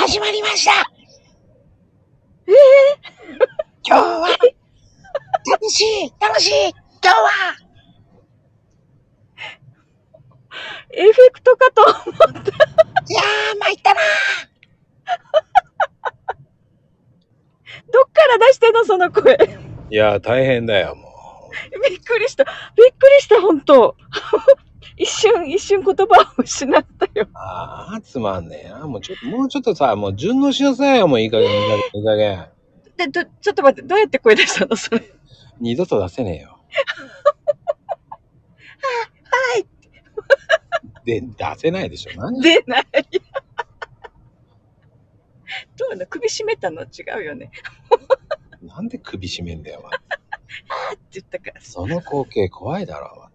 始まりました。今日は楽しい今日はエフェクトかと思った。 いやー参ったな。 どっから出してんのその声。 いやー大変だよもう。びっくりした本当。一瞬言葉を失ったよ。 ああつまんねえな。もうちょっとさ、もう順応しなさいよ。もういい加減。 で、ちょっと待って、どうやって声出したのそれ。 二度と出せねえよ。 はい。 で出せないでしょ。何？ 出ない。どうなの？首絞めたの違うよね。 なんで首絞めんだよ。 あーって言ったから。 その光景怖いだろ。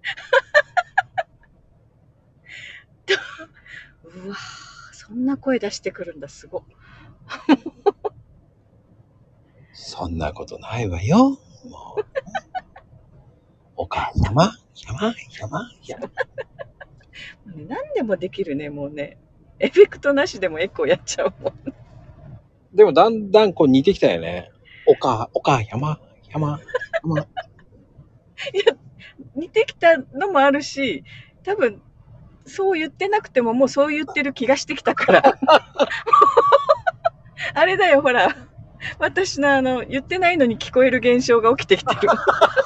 うわー、そんな声出してくるんだ、すご。 そんなことないわよ。もうお母様、山。 何でもできるね、もうね。エフェクトなしでもエコーやっちゃうもん。 でもだんだんこう似てきたよね。お母山。 いや、似てきたのもあるし、多分、そう言ってなくてももうそう言ってる気がしてきたから。あれだよ、ほら。私の言ってないのに聞こえる現象が起きてきてる。 いら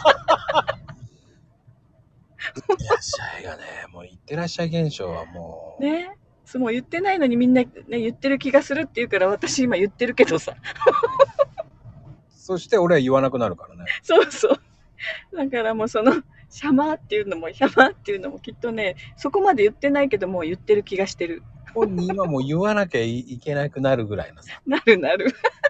っしゃいがね、もう言ってらっしゃい現象はもう。 ね。もう言ってないのにみんな、ね、言ってる気がするって言うから私今言ってるけどさ。 そして俺は言わなくなるからね。 そうそう。だからもうシャマーっていうのもきっとね、そこまで言ってないけどもう言ってる気がしてる。 本人はもう言わなきゃいけなくなるぐらいのさ。 なる。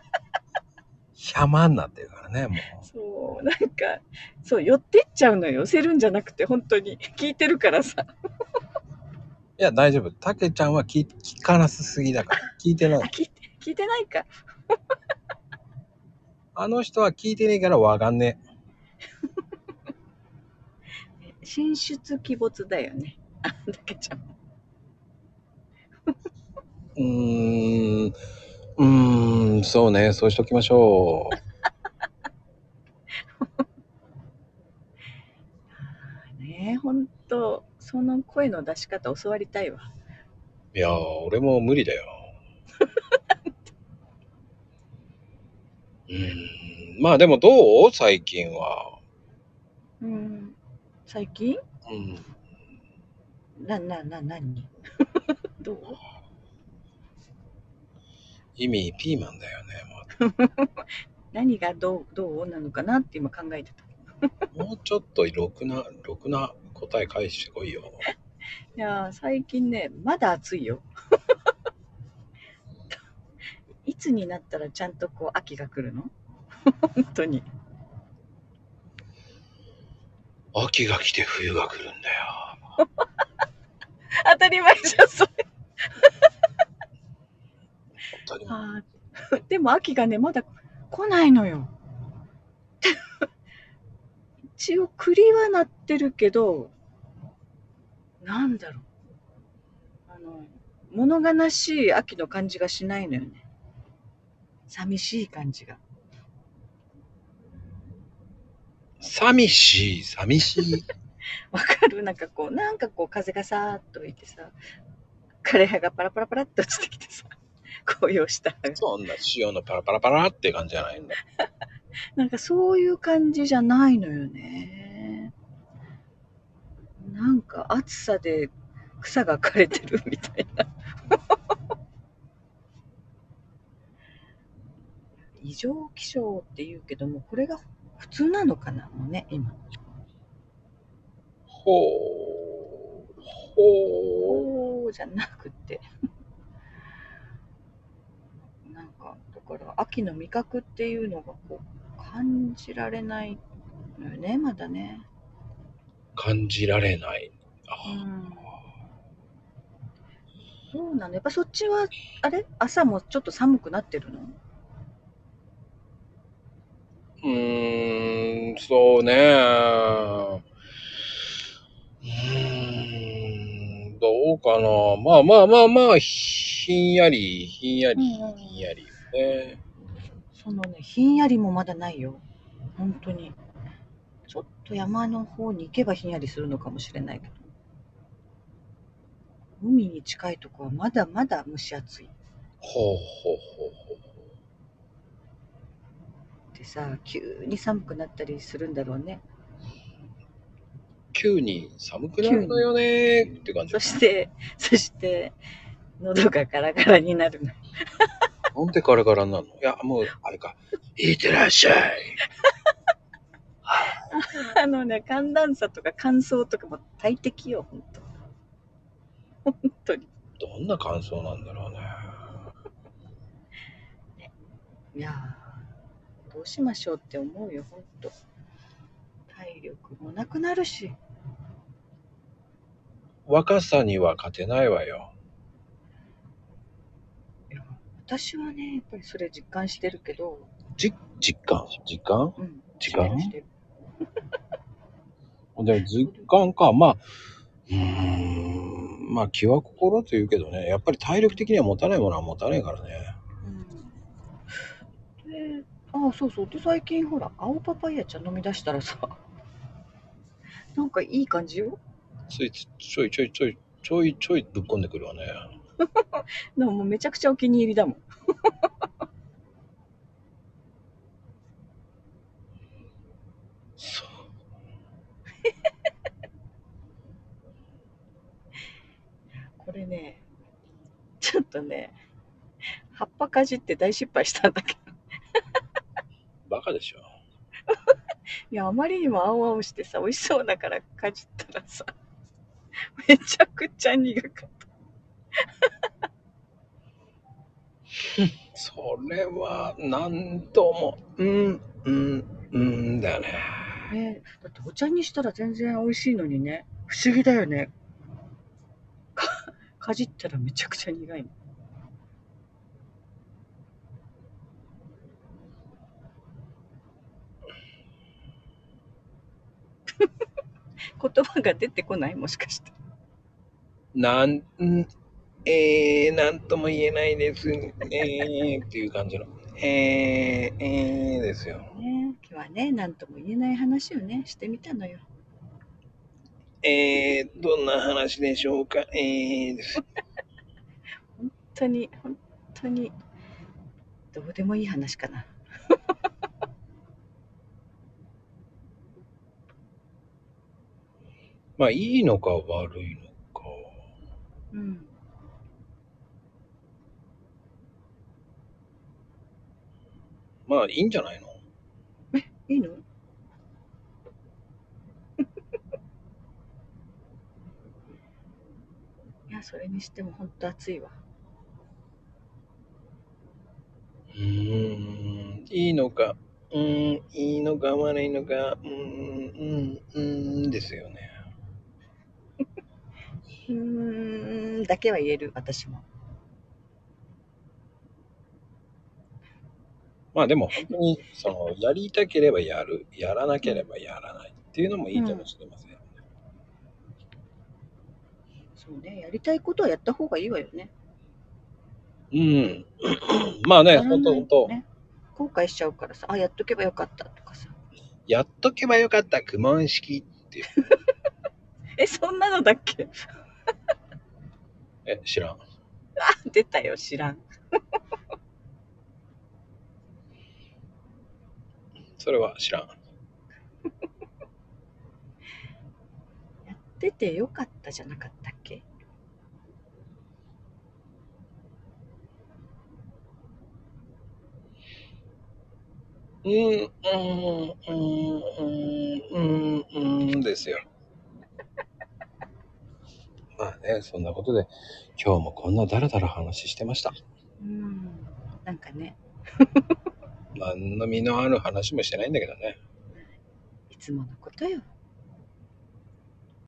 山になってるからね、もう。 そう、なんか、そう、寄ってっちゃうのよ。寄せるんじゃなくて、本当に。聞いてるからさ。 いや、大丈夫。たけちゃんは聞かなすぎだから。聞いてない。 聞いてないか。 あの人は聞いてねえからわかんねえ。神出鬼没だよね。あ、だけちゃん。 そうね。そうしときましょう。ねえ、ほんと、その声の出し方教わりたいわ。 う。いやー、俺も無理だよ。まあでもどう？最近は。 最近？ うん。 何どう？ 意味ピーマンだよね。 何がどうなのかなって今考えてた。 もうちょっとろくな答え返してこいよ。 いやー、最近ね、まだ暑いよ。いつになったらちゃんとこう秋が来るの？本当に。 秋が来て冬が来るんだよ。 当たり前じゃん、それ。 当たり前。 あでも秋がね、まだ来ないのよ。一応栗はなってるけど、なんだろう。物悲しい秋の感じがしないのよね。寂しい感じが。 寂しい。 わかる？なんかこう風がさーっと吹いてさ、枯葉がパラパラパラっと落ちてきてさ、紅葉したら。 そんな潮のパラパラパラって感じじゃないんだ。 なんかそういう感じじゃないのよね。なんか暑さで草が枯れてるみたいな。異常気象って言うけども、これが普通なのかなもうね、今。おーじゃなくて。なんか、だから秋の味覚っていうのがこう、感じられないのよね、まだね。 感じられない。 どうなの？やっぱそっちは、あれ？朝もちょっと寒くなってるの？ そうね。どうかな。まあ、 ひんやり、ひんやり、 うんうんひんやり。ね。 そのね、ひんやりもまだないよ。本当に。ちょっと山の方に行けばひんやりするのかもしれないけど。海に近いとこはまだまだ蒸し暑い。 ほうほうほうほう。 でさ、急に寒くなったりするんだろうね。 急に寒くなるのよねーって感じ。 そして、喉がガラガラになるの。 なんでガラガラになるの？いや、もう、あれか。いってらっしゃい。 あのね、寒暖差とか乾燥とかも大敵よ、本当。本当に。 どんな感想なんだろうね。 いやー、どうしましょうって思うよ、本当。体力もなくなるし。 若さには勝てないわよ。 いや、私はね、やっぱりそれ実感してるけど、 実感うん、 時間してる。 でも実感か。まあ、まあ気は心と言うけどね。やっぱり体力的には持たないものは持たないからね。 うん。で、ああ、そうそう。で、最近ほら、青パパイヤ茶飲み出したらさ、なんかいい感じよ。 ついちょいぶっこんでくるわね。 でももうめちゃくちゃお気に入りだもん。 そう。 これね、ちょっとね、葉っぱかじって大失敗したんだけど。 バカでしょ。 いや、あまりにも青々してさ、美味しそうだからかじったらさ、めちゃくちゃ苦かっそれは、なんとも、だよね。 た。ね、だってお茶にしたら全然美味しいのにね、不思議だよね。かじったらめちゃくちゃ苦いの。言葉が出てこないもしかして。 なんとも言えないですねっていう感じの。ですよ。 ね、今日はね、なんとも言えない話をね、してみたのよ。 どんな話でしょうかです。 本当に、どうでもいい話かな。 まあ、いいのか悪いのか。 うん。 まあ、いいんじゃないの？ いいの？いや、それにしても本当暑いわ。 いいのか、いいのか悪いのか、ですよね。 だけは言える、私も。 まあでも本当に、やりたければやる、やらなければやらないっていうのもいいかもしれません。 そうね、やりたいことはやった方がいいわよね。 まあね、 やら本当ないとね、後悔しちゃうからさ、あ、やっとけばよかったとかさ。 やっとけばよかった、苦悶式っていう。 そんなのだっけ？ 知らん。 出たよ、知らん。 それは知らん。 やっててよかったじゃなかったっけ？ ですよ。まあね、そんなことで、今日もこんなだらだら話してました。 なんかね、 何の身のある話もしてないんだけどね。 いつものことよ。